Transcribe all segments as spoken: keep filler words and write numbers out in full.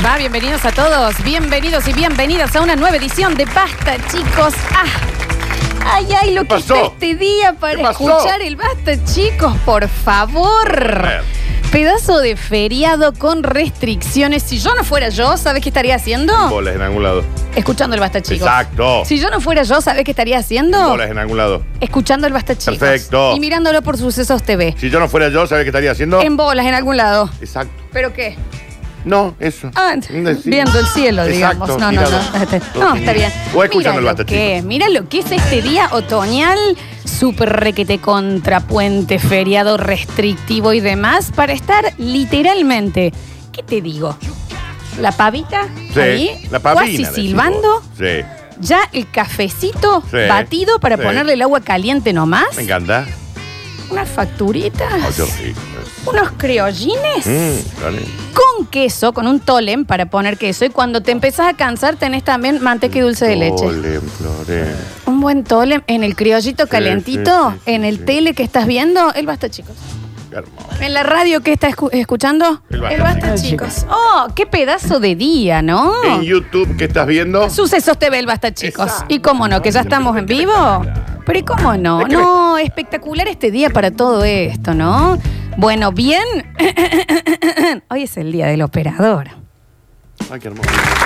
va? Bienvenidos a todos, bienvenidos y bienvenidas a una nueva edición de Basta, chicos. Ah, ay, ay, lo que está este día para escuchar el Basta, chicos, por favor. Pedazo de feriado con restricciones. Si yo no fuera yo, ¿sabes qué estaría haciendo? Bolas en algún lado. Escuchando el Basta, chicos. Exacto. Si yo no fuera yo, ¿sabes qué estaría haciendo? Bolas en algún lado. Escuchando el Basta, chicos. Perfecto. Y mirándolo por Sucesos T V. Si yo no fuera yo, ¿sabes qué estaría haciendo? En bolas en algún lado. Exacto. ¿Pero qué? No, eso. Ah, viendo el cielo, digamos. Exacto, no, no, no, este, no, está bien. O escuchando el Basta, que, chicos. Mira lo que es este día otoñal, súper requete contrapuente, feriado restrictivo y demás, para estar literalmente, ¿qué te digo? La pavita, Sí, ahí, la pavina, casi decimos. silbando. Sí, Ya el cafecito Sí, batido para sí. ponerle el agua caliente nomás. me encanta. Unas facturitas. Oh, qué rico. Unos criollines. Mm, dale. Con queso, con un tolem para poner queso. Y cuando te empezás a cansar, tenés también manteca y dulce de leche. Tolem, Flores. Un buen tolem en el criollito Sí, calentito, sí, sí, en el sí. tele que estás viendo, el Basta, chicos. Qué hermoso. En la radio que estás escu- escuchando, El Basta, chicos. Oh, qué pedazo de día, ¿no? En YouTube, ¿qué estás viendo? Sucesos T V, el Basta, chicos. Exacto. Y cómo no, que ya estamos en vivo. Pero ¿y cómo no? ¿De qué No, espectacular este día para todo esto, ¿no? Bueno, bien. Hoy es el día del operador. Ay, qué hermoso.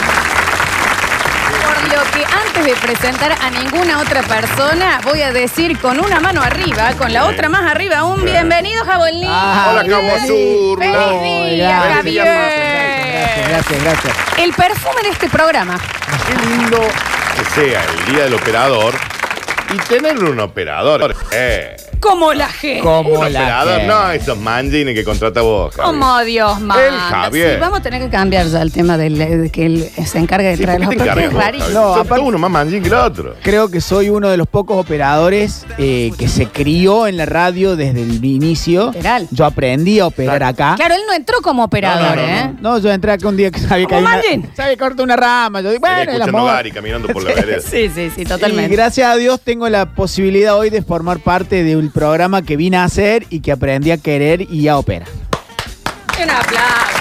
Por lo que antes de presentar a ninguna otra persona, voy a decir con una mano arriba, con la otra más arriba, un Sí. bienvenido, Jabolín. Ah, Hola, Cabo Azul. ¡Feliz día, Feliz Javier! día, Gracias, gracias, gracias. El perfume de este programa. Qué lindo que sea el día del operador y tener un operador. Eh, Como la G. Como un la operador, que- no esos manjines que contrata vos, Javier. Como Dios manda. El Javier. Sí, vamos a tener que cambiar ya el tema del, de que él se encargue de Sí, traer ¿por los qué te propios encargas vos, rarísimos. Javier? No, Sos aparte- uno más manjín que el otro. Creo que soy uno de los pocos operadores eh, que se crió en la radio desde el inicio. Literal. Yo aprendí a operar Claro. acá. Claro, él no entró como operador, No, no, no, ¿eh? No, yo entré acá un día que sabía que Como había Manjín. una, sabía cortar una rama. Yo digo, bueno, el escuchando amor. Gary caminando por la vereda. Sí, sí, sí, Y totalmente. gracias a Dios tengo la posibilidad hoy de formar parte de un programa que vine a hacer y que aprendí a querer y a operar. Un aplauso.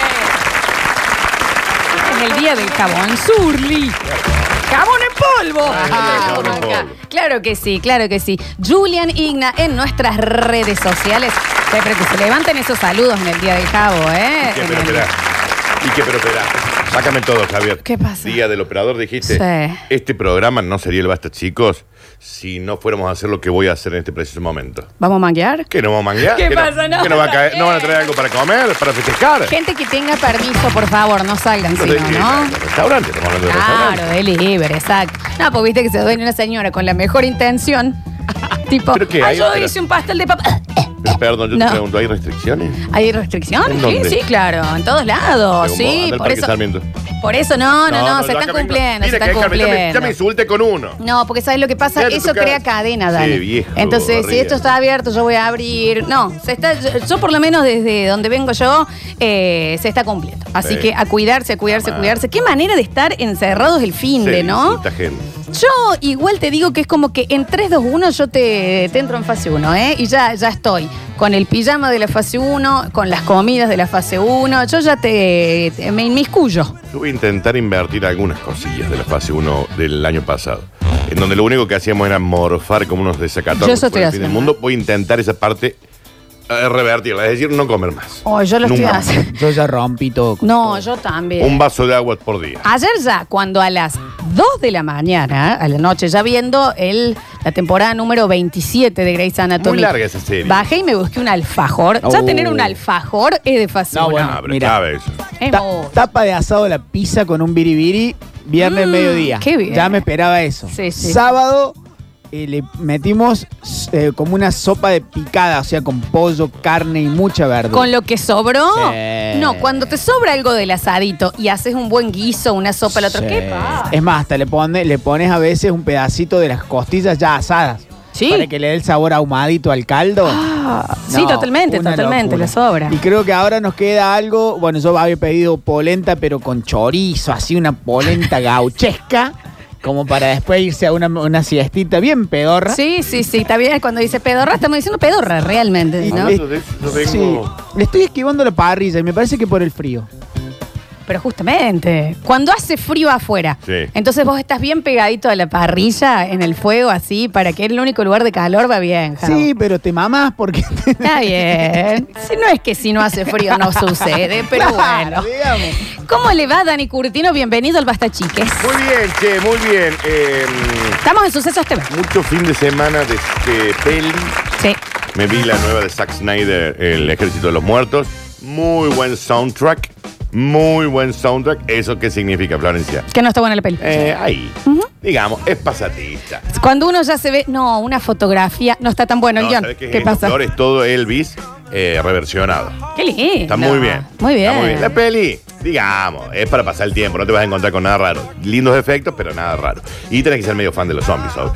bien. Es el día del jabón Surly. ¡Jabón en polvo! Ay, Ah, jabón en acá. polvo. Claro que sí, claro que sí. Julian Igna en nuestras redes sociales. Pero que se levanten esos saludos en el día del jabo, ¿eh? ¿Y qué En pero el- esperá? ¿Y qué pero esperá? Sácame todo, Javier. ¿Qué pasa? Día del operador, dijiste. Sí. Este programa no sería el Basta, chicos, si no fuéramos a hacer lo que voy a hacer en este preciso momento. ¿Vamos a manguear? ¿Qué no vamos a manguear? ¿Qué ¿Qué pasa? No, No, ¿qué no, va a caer? está ¿No van a bien. traer algo para comer? ¿Para festejar? Gente que tenga permiso, por favor, no salgan, si ¿De no, qué? ¿no? ¿De restaurante? Estamos hablando de Claro, restaurante. de libre, exacto. No, pues viste que se dueña una señora con la mejor intención. Tipo, ¿Pero qué "Ah, hay? yo Espera. hice un pastel de papa. Pero, perdón, yo No. te pregunto, ¿hay restricciones? ¿Hay restricciones? ¿En Sí, dónde? sí, claro, en todos lados, Como sí. anda el Por Parque eso, Sarmiento. por eso no, no, no, yo se acá están vengo- cumpliendo, se Mira están que Carmen, ya me- cumpliendo. Ya me insulté con uno. No, porque ¿sabes lo que pasa? Quédate en Eso tu crea casa. cadena, Sí, Dani. viejo, Entonces, si horrible. esto está abierto, yo voy a abrir. No, se está, yo, yo por lo menos desde donde vengo yo, eh, se está cumpliendo. Así Sí. que a cuidarse, a cuidarse, a Mamá. cuidarse. Qué manera de estar encerrados el fin de, Se ¿no? insulta gente. Yo igual te digo que es como que en tres, dos, uno yo te, te entro en fase uno, ¿eh? Y ya, ya estoy con el pijama de la fase uno, con las comidas de la fase uno. Yo ya te, te- me inmiscuyo. Yo voy a intentar invertir algunas cosillas de la fase uno del año pasado, en donde lo único que hacíamos era morfar como unos Yo desacatos eso por estoy el fin del haciendo. mundo. Voy a intentar esa parte eh, revertirla, es decir, no comer más. Oh, yo lo estoy Nunca. haciendo. Yo ya rompí todo. con No, todo. yo también. Un vaso de agua por día. Ayer ya, cuando a las dos de la mañana, a la noche, ya viendo el, la temporada número veintisiete de Grey's Anatomy. Muy larga esa serie. Bajé y me busqué un alfajor. Ya Oh. tener un alfajor es de fase No, uno. bueno. Ah, pero Mira. clave eso. Es Ta- mucho. tapa de asado la pizza con un biribiri, viernes Mm, mediodía. qué bien. Ya me esperaba eso. Sí, sí. Sábado eh, le metimos eh, como una sopa de picada, o sea, con pollo, carne y mucha verdura. Con lo que sobró. Sí. No, cuando te sobra algo del asadito y haces un buen guiso, una sopa, el otro, Sí. ¿qué pasa? Es más, hasta le, pone, le pones a veces un pedacito de las costillas ya asadas. Sí. Para que le dé el sabor ahumadito al caldo. Ah, sí, No, totalmente, una totalmente, locura. le sobra. Y creo que ahora nos queda algo. Bueno, yo había pedido polenta, pero con chorizo, así una polenta gauchesca, como para después irse a una, una siestita bien pedorra. Sí, sí, sí, está bien. Cuando dice pedorra, estamos diciendo pedorra realmente, ¿no? Hablando de eso, yo vengo- Sí, le estoy esquivando la parrilla y me parece que por el frío. Pero justamente, cuando hace frío afuera, sí. entonces vos estás bien pegadito a la parrilla, en el fuego, así, para que el único lugar de calor va bien. Javo. Sí, pero te mamás porque... Está bien. Si no es que si no hace frío no sucede, pero Claro, bueno. digamos. ¿Cómo le va, Dani Curtino? Bienvenido al Basta Chiques. Muy bien, che, muy bien. Eh, Estamos en Sucesos T V. mucho fin de semana de, de peli. Sí. Me vi la nueva de Zack Snyder, El Ejército de los Muertos. Muy buen soundtrack. Muy buen soundtrack. ¿Eso qué significa, Florencia? Que no está buena la peli. Eh, ahí. Ujú. Digamos, es pasatista. Cuando uno ya se ve, no, una fotografía, no está tan bueno No, el guión. ¿sabes qué, ¿Qué es esto, pasa? Flor? Es todo Elvis eh, reversionado. Qué lindo. Está muy bien. Muy bien. Está muy bien. La peli, digamos, es para pasar el tiempo. No te vas a encontrar con nada raro. Lindos efectos, pero nada raro. Y tenés que ser medio fan de los zombies, ¿sabes?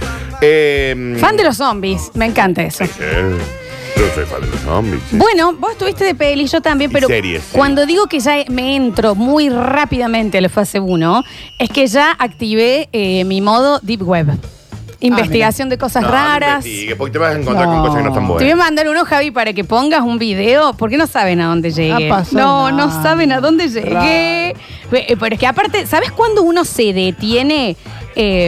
Eh, Fan de los zombies, me encanta eso. eh, yo soy fan de los zombies. Sí. Bueno, vos estuviste de peli, yo también, Y pero series, sí. cuando digo que ya me entro muy rápidamente a la fase uno, es que ya activé eh, mi modo Deep Web. Investigación de cosas No, raras. No investigues, porque te vas a encontrar No. con cosas que no están Te voy a buenas. mandar uno, Javi, para que pongas un video, porque no saben a dónde llegué. Ha pasado No, no nada. saben a dónde llegué. Eh, Pero es que aparte, ¿sabes cuándo uno se detiene eh,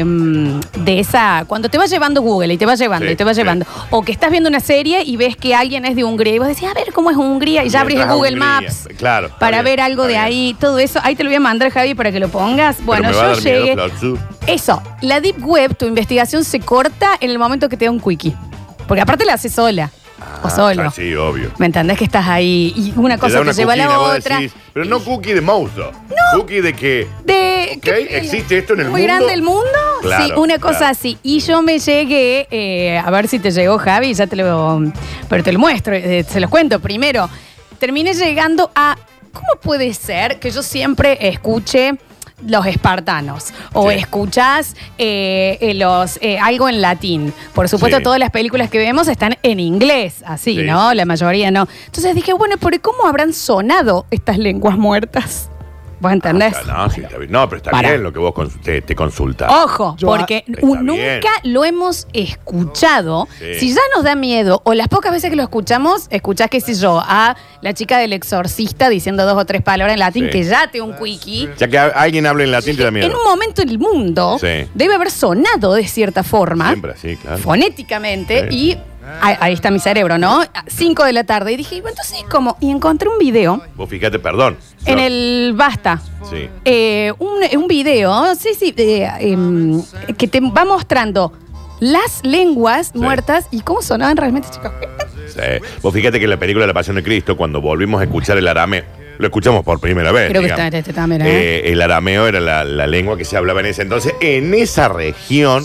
de esa... Cuando te va llevando Google y te va llevando Sí, y te va sí. llevando, o que estás viendo una serie y ves que alguien es de Hungría y vos decís, a ver cómo es Hungría, y ya abrís Entras a Google Hungría. Maps Claro, está para bien, ver algo está de bien. ahí, todo eso. Ahí te lo voy a mandar, Javi, para que lo pongas. Bueno, Pero me va a yo dar miedo, llegué... Flor, su- Eso, la Deep Web, tu investigación se corta en el momento que te da un quickie. Porque aparte la haces sola. o Ah, solo. claro, sí, obvio. ¿Me entendés que estás ahí? Y una Te cosa da te una lleva a la cookie, vos otra. decís, pero no cookie de monstruo. Cookie de que. De, Ok, que- ¿existe esto en el muy mundo? grande el mundo. Claro, sí, una cosa claro. así. Y yo me llegué, eh, a ver si te llegó, Javi, ya te lo. Pero te lo muestro, eh, se los cuento. Primero, terminé llegando a. ¿Cómo puede ser que yo siempre escuche los espartanos? O Sí. escuchás eh, eh, los, eh, algo en latín. Por supuesto, Sí. todas las películas que vemos están en inglés, así, Sí. ¿no? La mayoría no. Entonces dije, bueno, ¿pero cómo habrán sonado estas lenguas muertas? ¿Vos entendés? Ah, no, sí, está bien. No, pero está Para. bien lo que vos cons- te, te consultas. Ojo, Yo- porque Está un- bien. nunca lo hemos escuchado. Sí. Si ya nos da miedo, o las pocas veces que lo escuchamos, escuchás, qué sé yo, a la chica del exorcista diciendo dos o tres palabras en latín, Sí. que ya te un quickie. Ya que a- alguien hable en latín te da miedo. En un momento el mundo Sí. debe haber sonado de cierta forma, Siempre, sí, claro. fonéticamente, Sí. y ahí, ahí está mi cerebro, ¿no? A cinco de la tarde. Y dije, bueno, entonces, ¿cómo? Y encontré un video Vos fíjate, perdón. en Yo- el Basta. Sí. Eh, un, un video, sí, sí, eh, em, que te va mostrando las lenguas Sí. muertas y cómo sonaban realmente, chicos. Sí. Vos fíjate que en la película La Pasión de Cristo, cuando volvimos a escuchar el arameo, lo escuchamos por primera vez. Creo que digamos. está este también, ¿eh? Eh, el arameo era la, la lengua que se hablaba en ese entonces, en esa región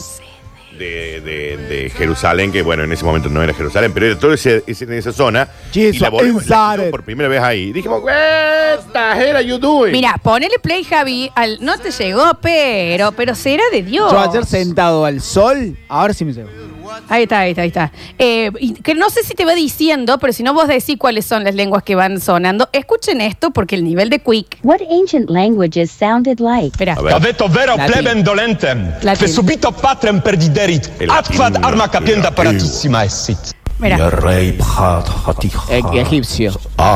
de, de- de Jerusalén, que bueno, en ese momento no era Jerusalén, pero era todo ese, ese- en esa zona. Jesus y la volvimos la inside. escuchamos por primera vez ahí. Dijimos, what the hell are you doing? Mira, ponele play, Javi. Al, no te llegó, pero, pero será de Dios. Yo ayer sentado al sol, ahora sí me llevo. Ahí está, ahí está, ahí está. Eh, y que no sé si te va diciendo, pero si no vos decís cuáles son las lenguas que van sonando, escuchen esto porque el nivel de quick. What ancient languages sounded like? Espera. A ver. Avete ovvero Latin. plebem dolentem, Latin. che subito patrem perdiderit, El atquad latín, arma el capienda latín. paratissima essit. Mira. E- egipcio.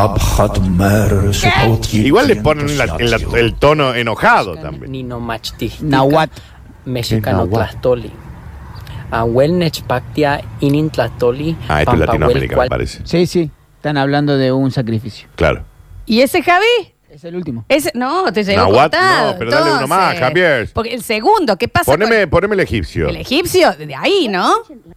Igual le ponen la- en la- el tono enojado también. Ninomachtihtika, Nahuatl. Mexicano Nahuatl. Tlastoli. Ahuel Nechpactia Inin Tlastoli. Ah, esto es Pampahuel Latinoamérica, me Cual- parece. Sí, sí. Están hablando de un sacrificio. Claro. ¿Y ese Javi? Es el último. Ese, no, te llegó Nahuatl, cortado. no, pero dale uno más, entonces. Javier. Porque el segundo, ¿qué pasa Poneme, poneme el egipcio. con el egipcio? De ahí, ¿no?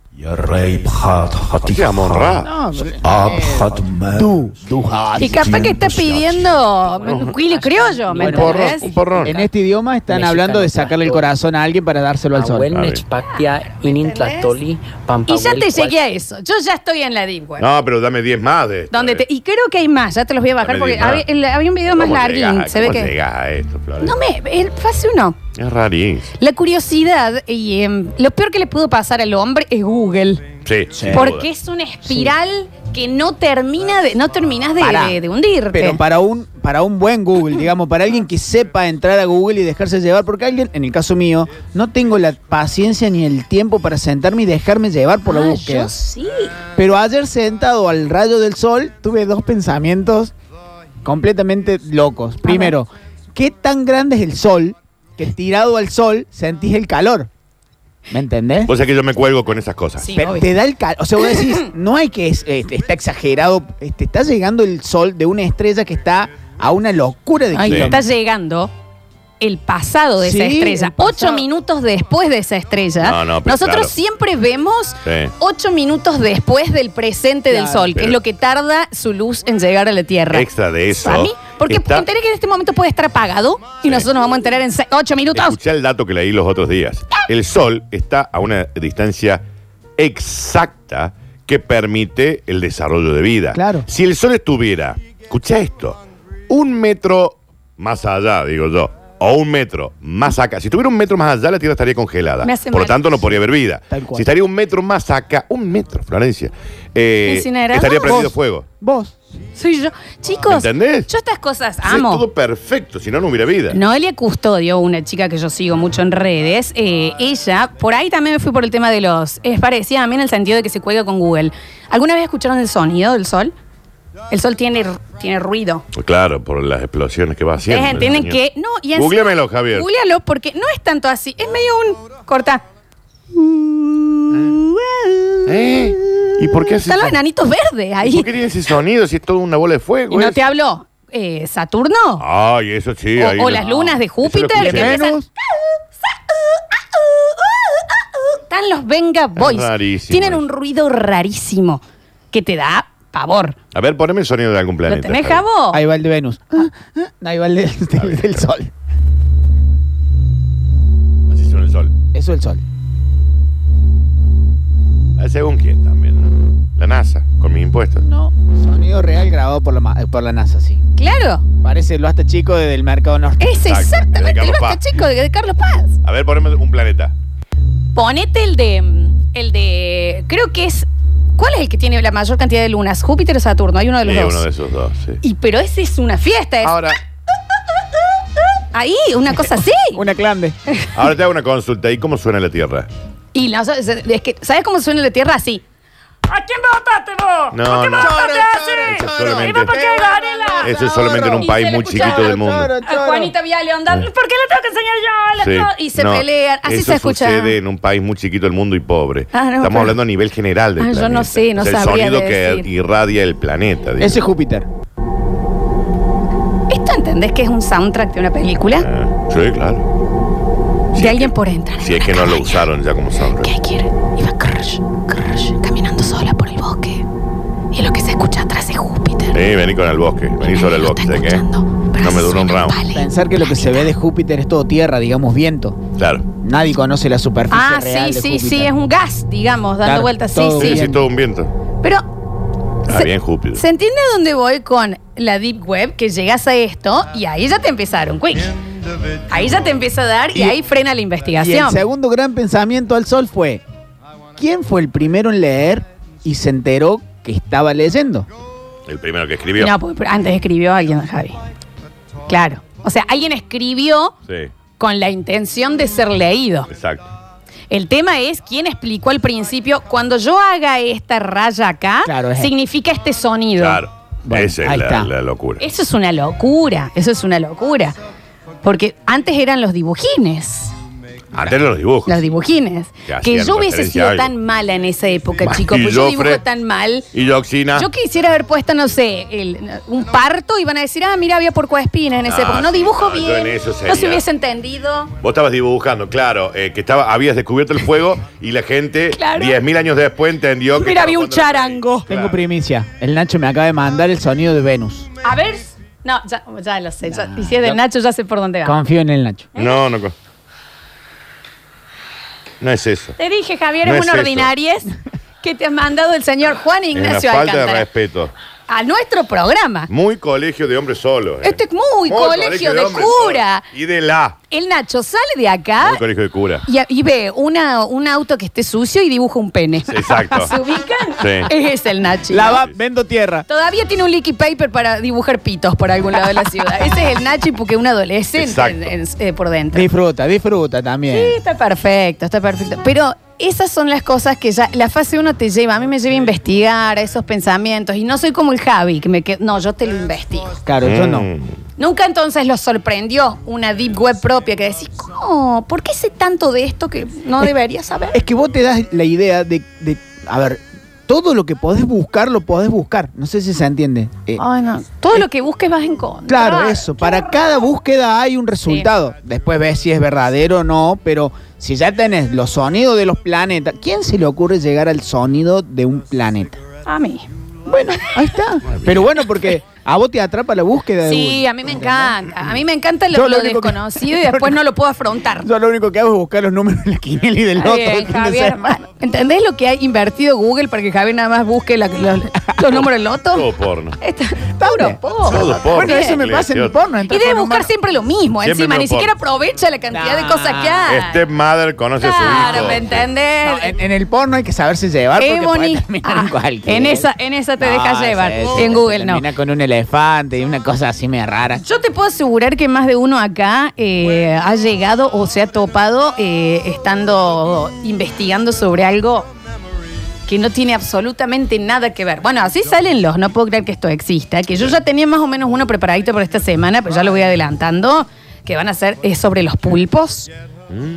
Así vamos, Ra. No, pero- tú, tú, Y capaz que está pidiendo un cuilo criollo, ¿me Un porrón, entendés? un porrón. En este idioma están Mexicano hablando de sacarle el Tlastoli. corazón a alguien para dárselo al sol. Ahuel A ver. Nechpactia Inin Tlastoli. Y Pampahuel ya te Cual- llegué a eso. Yo ya estoy en la Deep Web. No, pero dame diez más de esto. Donde eh. te, y creo que hay más, ya te los voy a bajar Dame porque diez más. había, el- había un video más ¿Cómo larguín. llegás? Se ve ¿Cómo que. llegás a esto, Flores? No me. El fase uno. Es rarísimo. La curiosidad y em, lo peor que le pudo pasar al hombre es Google. Sí, sin Porque duda. es una espiral que no termina de, no terminas de, Pará. de- de hundirte. Pero para un, para un buen Google, digamos, para alguien que sepa entrar a Google y dejarse llevar, porque alguien, en el caso mío, no tengo la paciencia ni el tiempo para sentarme y dejarme llevar por la Ah, búsqueda. yo sí. Pero ayer sentado al rayo del sol, tuve dos pensamientos completamente locos. Primero, ¿qué tan grande es el sol que tirado al sol sentís el calor? ¿Me entendés? Vos sabés que yo me cuelgo con esas cosas. Sí, Pero obvio. te da el calor. O sea, vos decís, no hay que. Es, eh, está exagerado. Te está llegando el sol de una estrella que está a una locura de Ay, Sí. está llegando el pasado de Sí, esa estrella. el pasado. Ocho minutos después de esa estrella. No, no, pero nosotros claro. siempre vemos Sí. ocho minutos después del presente del Claro, sol, que pero- es lo que tarda su luz en llegar a la Tierra. Extra de eso. ¿A mí? Porque está- enteré que en este momento puede estar apagado y Sí. nosotros nos vamos a enterar en se- ocho minutos. Escuché el dato que leí los otros días. El Sol está a una distancia exacta que permite el desarrollo de vida. Claro. Si el Sol estuviera, escucha esto, un metro más allá, digo yo, o un metro más acá. Si estuviera un metro más allá, la Tierra estaría congelada. Me hace Por lo mal. tanto, no podría haber vida. Tal cual. Si estaría un metro más acá, un metro, Florencia, eh, ¿Incinerado? estaría prendido Vos. fuego. Vos. Soy yo. Chicos, ¿Entendés? yo estas cosas Es amo. todo perfecto, si no, no hubiera vida. Noelia Custodio, una chica que yo sigo mucho en redes, eh, ella, por ahí también me fui por el tema de los... Es parecida a mí en el sentido de que se cuelga con Google. ¿Alguna vez escucharon el sonido del sol? El sol tiene, tiene ruido. Pues claro, por las explosiones que va haciendo. Ustedes entienden señor. que... No, y encima- Googléamelo, Javier. Googlealo porque no es tanto así. Es medio un... Corta. ¿Eh? ¿Y por qué hace Están los eso? enanitos verdes ¿Y ahí. ¿Por qué tiene ese sonido si es toda una bola de fuego? ¿Y no eso? te habló eh, Saturno? Ay, eso sí. O- ahí o lo- las lunas de Eso lo Júpiter, escuché. que empiezan- Venus. Están los Venga Boys. rarísimo Tienen eso. un ruido rarísimo que te da pavor. A ver, poneme el sonido de algún ¿Lo planeta. tenés, Javier. Jabo? Ahí va el de Venus. Ahí va el del, del- del sol. Así suena el sol. Eso es el sol. A ver, según quién también, ¿no? La NASA, con mis impuestos. No. Sonido real grabado por la, ma- por la NASA, sí. Claro. Parece el basta chico de- del mercado norte. Es Exacto, exactamente de el Carlos basta Paz. chico de, de Carlos Paz. A ver, poneme un planeta. Ponete el de. El de. Creo que es. ¿Cuál es el que tiene la mayor cantidad de lunas? ¿Júpiter o Saturno? Hay uno de los Sí, dos. uno de esos dos, sí. Y pero ese es una fiesta. Es Ahora, ahí, una cosa así. Una clambe. ahora te hago una consulta. ¿Y cómo suena la Tierra? Y no, es que, ¿sabes cómo suena la Tierra? Así. ¿A quién votaste vos? No, ¿Por qué no. votaste Choro, así? choro, solamente- ¿Y vos por qué Varela? Eso es solamente en un Y país se le muy escucha- chiquito del mundo. A Juanita Viale onda, ¿por qué le tengo que enseñar yo? La Sí. tengo- Y se No, pelean. Así eso se escucha. sucede en un país muy chiquito del mundo y pobre. Ah, no, Estamos pero- hablando a nivel general del Ah, yo planeta. no sé, no O sea, el sabría sonido que decir. irradia el planeta. digo. Ese es Júpiter. ¿Esto entendés que es un soundtrack de una película? Ah, sí, claro. De Si es alguien que- por entrar. Si es que no lo usaron ya como soundtrack. ¿Qué quiere? Iba crush, crush, caminando sola por el bosque. Y lo que se escucha atrás es Júpiter. Sí, vení con el bosque. Vení sobre el Lo bosque. está ¿Sabes qué? escuchando, pero No me se duró un suena round. pale. Pensar que lo que se ve de Júpiter es todo tierra, digamos viento. Claro. Nadie conoce la superficie Ah, real sí, de sí, Júpiter. sí, es un gas, digamos, dando Claro, vueltas. Sí, todo Sí, sí. sí, bien. todo un viento. Pero Está Se- bien, Júpiter. ¿se entiende a dónde voy con la Deep Web? Que llegas a esto y ahí ya te empezaron, quick. Ahí ya te empieza a dar y, Y- ahí frena la Y el investigación. segundo gran pensamiento al sol fue: ¿quién fue el primero en leer y se enteró que estaba leyendo? El primero que escribió. No, porque antes escribió alguien, Javi. Claro. O sea, alguien escribió Sí, con la intención de ser leído. exacto. El tema es quién explicó al principio, cuando yo haga esta raya acá, Claro, es- significa este sonido. Claro. Bueno, Esa es ahí la, está. la locura. Eso es una locura, eso es una locura. Porque antes eran los dibujines. Antes de los dibujos. Los dibujines. Que Que hacían yo hubiese referencia sido a algo. tan mala en esa época, Ma- chicos, y porque yo Joffre. dibujo tan mal. Y Yoxina. Yo quisiera haber puesto, no sé, el- un parto y van a decir, ah, mira, había porcoespina en esa Ah, época. No sí, dibujo no, yo bien. en eso No se sería. hubiese entendido. Vos estabas dibujando, claro, eh, que estaba, habías descubierto el fuego y la gente, Claro. diez mil años después, entendió que. Mira, estaba había un jugando la charango. Play. Tengo Claro. primicia. El Nacho me acaba de mandar el sonido de Venus. A ver. No, ya, ya lo sé. ya- No, y si es del yo- Nacho, ya sé por dónde va. Confío en el Nacho. No, no. co- No es eso. Te dije, Javier, No es es una eso. ordinariez que te ha mandado el señor Juan Es una Ignacio falta de Alcántara. respeto. A nuestro programa. Muy colegio de hombres solos. eh. Este es muy colegio de hombres cura. solos. Y de la. El Nacho sale de acá Muy colegio de cura. y, y ve una, un auto que esté sucio y dibuja un pene. Sí, exacto. ¿Se ubican? Sí. Ese es el Nachi. Lava, vendo tierra. Todavía tiene un leaky paper para dibujar pitos por algún lado de la ciudad. Ese es el Nachi porque es un adolescente Exacto. en- en- eh, por dentro. Disfruta, disfruta también. Sí, está perfecto, está perfecto. Pero esas son las cosas que ya la fase uno te lleva. A mí me lleva a investigar a esos pensamientos. Y no soy como el Javi, que me quedo. No, yo te lo investigo. Claro, yo no. Mm. Nunca entonces los sorprendió una deep web propia que decís, ¿cómo? ¿Por qué sé tanto de esto que no debería saber? Es que vos te das la idea de, de a ver, todo lo que podés buscar, lo podés buscar. No sé si se entiende. Eh, Ay, no. Todo eh, lo que busques vas a encontrar. Claro, eso. Para cada búsqueda hay un resultado. Sí. Después ves si es verdadero o no, pero si ya tenés los sonidos de los planetas, ¿quién se le ocurre llegar al sonido de un planeta? A mí. Bueno, ahí está. Pero bueno, porque a vos te atrapa la búsqueda de Sí, a mí me encanta. A mí me encanta lo, lo, lo desconocido que, y después no lo puedo afrontar. Yo lo único que hago es buscar los números de la quiniela y del otro. Bien, Javier, ¿entendés lo que ha invertido Google para que Javier nada más busque la, la, los números del loto? Todo porno. Está, puro porno. Todo porno. Bueno, eso me pasa en el porno. Y debe buscar siempre lo mismo siempre encima. Ni porno. siquiera aprovecha la cantidad nah. de cosas que hay. Stepmother conoce claro, a su hijo. Claro, ¿me entendés? No, en, en el porno hay que saberse llevar Qué porque puede terminar ah, en cualquier. En esa, en esa te no, dejas llevar. Sí, sí, en Google no. Termina con un elefante y una cosa así media rara. Yo te puedo asegurar que más de uno acá eh, ha llegado o se ha topado eh, estando investigando sobre algo que no tiene absolutamente nada que ver. Bueno, así salen los, no puedo creer que esto exista, que yo ya tenía más o menos uno preparadito para esta semana, pero ya lo voy adelantando, que van a ser es sobre los pulpos. Mm.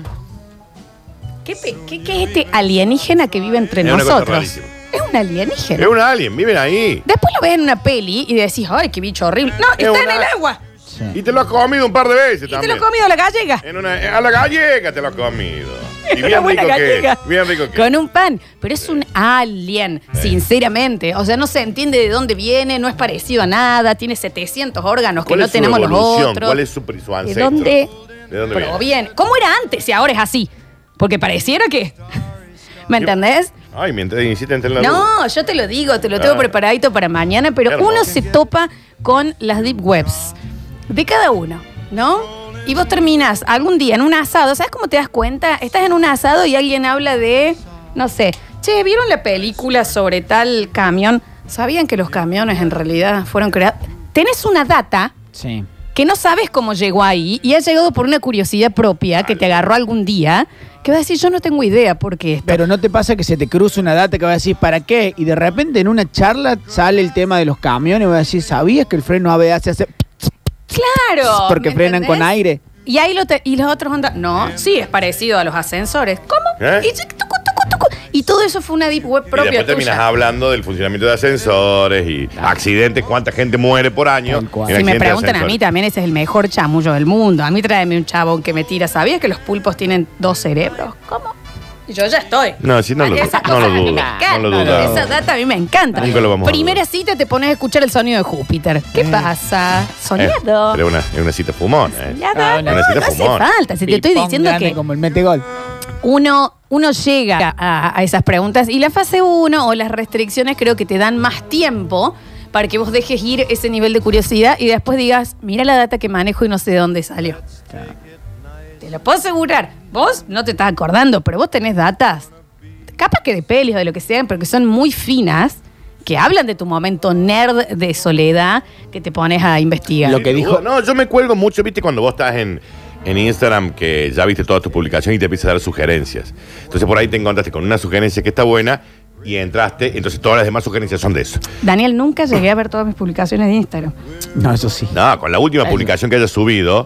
¿Qué, qué, ¿Qué es este alienígena que vive entre es nosotros? Es un alienígena. Es un alien, viven ahí. Después lo ves en una peli y decís, ay, qué bicho horrible. No, es está una... en el agua. Sí. Y te lo has comido un par de veces y también. te lo has comido a la gallega. En una, a la gallega te lo has comido. Y una bien rico gallega. que bien rico que con un pan. Pero es un alien, sí. sinceramente. O sea, no se entiende de dónde viene, no es parecido a nada, tiene setecientos órganos que no tenemos los otros. ¿Cuál es su, su ancestro? ¿De dónde, ¿De dónde viene? Bien. ¿Cómo era antes y ahora es así? Porque pareciera que... ¿Me entendés? Ay, me insiste en la No, duda. Yo te lo digo, te lo tengo ah. preparadito para mañana, pero uno se topa con las deep webs de cada uno, ¿no? Y vos terminás algún día en un asado, ¿sabes cómo te das cuenta? Estás en un asado y alguien habla de, no sé, che, ¿vieron la película sobre tal camión? ¿Sabían que los camiones en realidad fueron creados? Tenés una data sí. que no sabes cómo llegó ahí y ha llegado por una curiosidad propia que te agarró algún día, que vas a decir, yo no tengo idea por qué esto. Pero no te pasa que se te cruza una data que vas a decir, ¿para qué? Y de repente en una charla sale el tema de los camiones y vas a decir, ¿sabías que el freno A B A se hace... Claro. Porque frenan con aire. Y ahí lo te, y los otros ondas, no, sí, es parecido a los ascensores. ¿Cómo? ¿Eh? Y, tucu, tucu, tucu. Y todo eso fue una deep web propia. Y después terminas tuya. hablando del funcionamiento de ascensores y ah. accidentes, cuánta gente muere por año. Si me preguntan a mí también, ese es el mejor chamullo del mundo. A mí tráeme un chabón que me tira. ¿Sabías que los pulpos tienen dos cerebros? ¿Cómo? Y yo ya estoy. No, sí, no, lo, no lo dudo. No lo dudo. Esa data a mí me encanta. Nunca lo vamos Primera a cita te pones a escuchar el sonido de Júpiter. ¿Qué eh. pasa? Soñado. Eh, pero una, es una cita fumona. ¿eh? Ah, no, una cita no fumona. Hace falta. Si te estoy diciendo que como el metegol. Uno, uno llega a, a esas preguntas y la fase uno o las restricciones creo que te dan más tiempo para que vos dejes ir ese nivel de curiosidad y después digas, mira la data que manejo y no sé de dónde salió. Claro. Te lo puedo asegurar. Vos no te estás acordando, pero vos tenés datas, capaz que de pelis o de lo que sean, pero que son muy finas, que hablan de tu momento nerd de soledad que te pones a investigar. Lo que dijo... No, yo me cuelgo mucho, viste, cuando vos estás en... en Instagram, que ya viste todas tus publicaciones y te empiezas a dar sugerencias. Entonces por ahí te encontraste con una sugerencia que está buena y entraste, entonces todas las demás sugerencias son de eso. Daniel, nunca llegué a ver todas mis publicaciones de Instagram. No, eso sí. No, con la última publicación que hayas subido,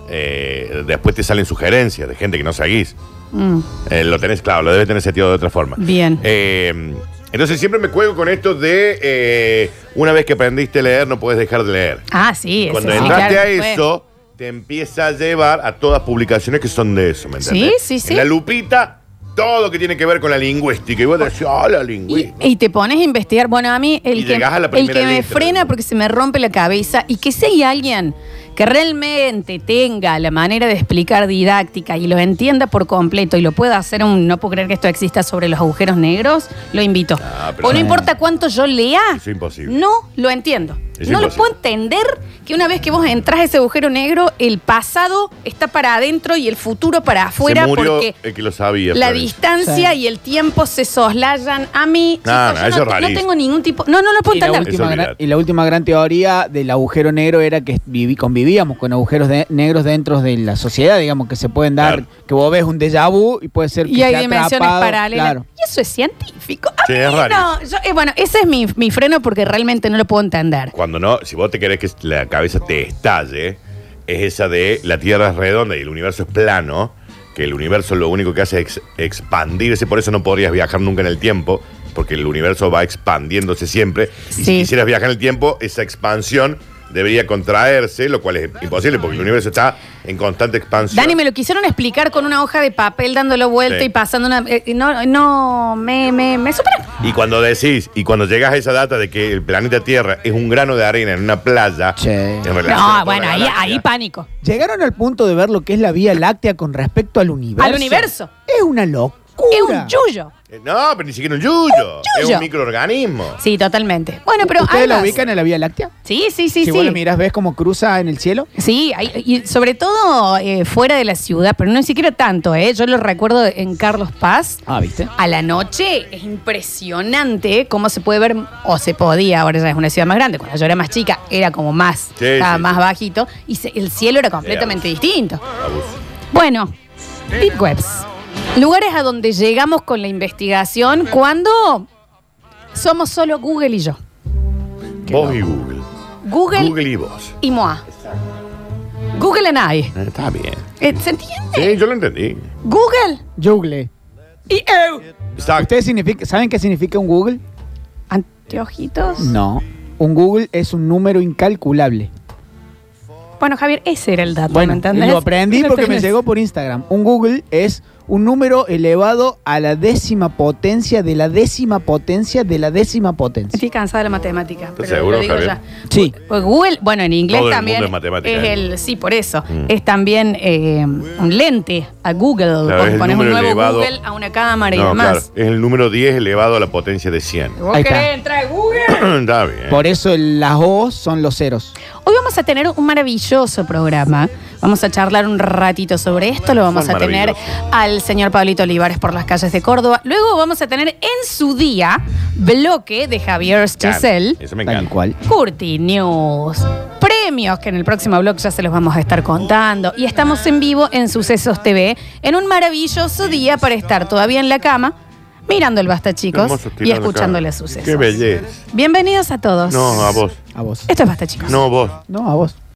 eh, después te salen sugerencias de gente que no seguís. Mm. Eh, lo tenés, claro, lo debes tener seteado de otra forma. Bien. Eh, entonces siempre me cuelgo con esto de eh, una vez que aprendiste a leer, no puedes dejar de leer. Ah, sí. Cuando eso, entraste sí, claro, a eso... Fue. Te empieza a llevar a todas publicaciones que son de eso, ¿me entiendes? Sí, sí, sí. En la lupita, todo que tiene que ver con la lingüística. Y vos decís, ah, oh, la lingüística. Y, y te pones a investigar. Bueno, a mí, el y que, el que me frena porque se me rompe la cabeza y que si hay alguien que realmente tenga la manera de explicar didáctica y lo entienda por completo y lo pueda hacer, un, no puedo creer que esto exista sobre los agujeros negros, lo invito. Ah, o no no importa cuánto yo lea, es imposible. No lo entiendo. Es no imposible. Lo puedo entender que una vez que vos entras a ese agujero negro, el pasado está para adentro y el futuro para afuera. Se murió porque el que lo sabía. La distancia sí. y el tiempo se soslayan. A mí, no, chicos, no, yo no, no tengo ningún tipo... No, no lo puedo y entender. La última gran, y la última gran teoría del agujero negro era que viví, convivíamos con agujeros de, negros dentro de la sociedad, digamos, que se pueden dar, claro. que vos ves un déjà vu y puede ser que y hay dimensiones atrapado, paralelas. Claro. Y eso es científico. A sí, mí es no. Yo, eh, bueno, ese es mi, mi freno porque realmente no lo puedo entender. Cuando cuando no, si vos te querés que la cabeza te estalle, es esa de la Tierra es redonda y el universo es plano, que el universo lo único que hace es ex- expandirse, por eso no podrías viajar nunca en el tiempo, porque el universo va expandiéndose siempre. Y Sí. si quisieras viajar en el tiempo, esa expansión debería contraerse, lo cual es imposible porque el universo está en constante expansión. Dani, me lo quisieron explicar con una hoja de papel dándolo vuelta Sí. y pasando una... eh, no, no, me, me, me supera. Y cuando decís, y cuando llegas a esa data de que el planeta Tierra es un grano de arena en una playa, Che. en relación a No, toda bueno, la ahí, galaxia, ahí pánico. Llegaron al punto de ver lo que es la Vía Láctea con respecto al universo. Al universo. Es una locura. Es un yuyo. eh, No, pero ni siquiera un yuyo. Es yuyo. un microorganismo. Sí, totalmente. Bueno, pero ¿Ustedes hay la más. ubican en la Vía Láctea? Sí, sí, sí, si sí. vos la mirás, ves cómo cruza en el cielo. Sí, hay- y sobre todo eh, fuera de la ciudad, pero no ni siquiera tanto, ¿eh? Yo lo recuerdo en Carlos Paz. Ah, ¿viste? A la noche es impresionante cómo se puede ver, o se podía, ahora ya es una ciudad más grande. Cuando yo era más chica era como más, Sí, estaba sí, más sí. bajito y se- el cielo era completamente distinto. Abuso. Bueno, Deep Webs. Lugares a donde llegamos con la investigación cuando somos solo Google y yo. Vos y Google. Google, Google y vos. y Moa. Google and I. Eh, Está bien. Eh, ¿Se entiende? Sí, yo lo entendí. Google Google. y eu. Exacto. ¿Ustedes significa- saben qué significa un Google? ¿Anteojitos? No. Un Google es un número incalculable. Bueno, Javier, ese era el dato, Bueno, ¿me entendés? lo aprendí Lo porque me tenés. llegó por Instagram. Un Google es un número elevado a la décima potencia de la décima potencia de la décima potencia. Estoy cansada de la matemática. Pero seguro, lo digo Javier? ya. Sí. Pues Google, bueno, en inglés Todo el también mundo es matemática, es ¿eh? el, sí, por eso, Mm. es también eh, un lente a Google. Claro, Vos es el pones un número nuevo elevado- Google a una cámara y No, demás. claro. Es el número diez elevado a la potencia de cien. ¿Vos Ahí querés está. entrar a Google? Está bien. Por eso el- las O son los ceros. Hoy vamos a tener un maravilloso programa. Vamos a charlar un ratito sobre esto. Lo vamos Son a tener maravillosos. al señor Pablito Olivares por las calles de Córdoba. Luego vamos a tener en su día bloque de Javier Chesel. Eso me Tal encanta. cual. Curti News, premios que en el próximo blog ya se los vamos a estar contando. Y estamos en vivo en Sucesos T V en un maravilloso día para estar todavía en la cama, mirando el Basta, chicos, Hermoso y tirando escuchándole acá. Sucesos. Qué belleza. Bienvenidos a todos. No, a vos. A vos. Esto es Basta, chicos. No, vos. No, a vos.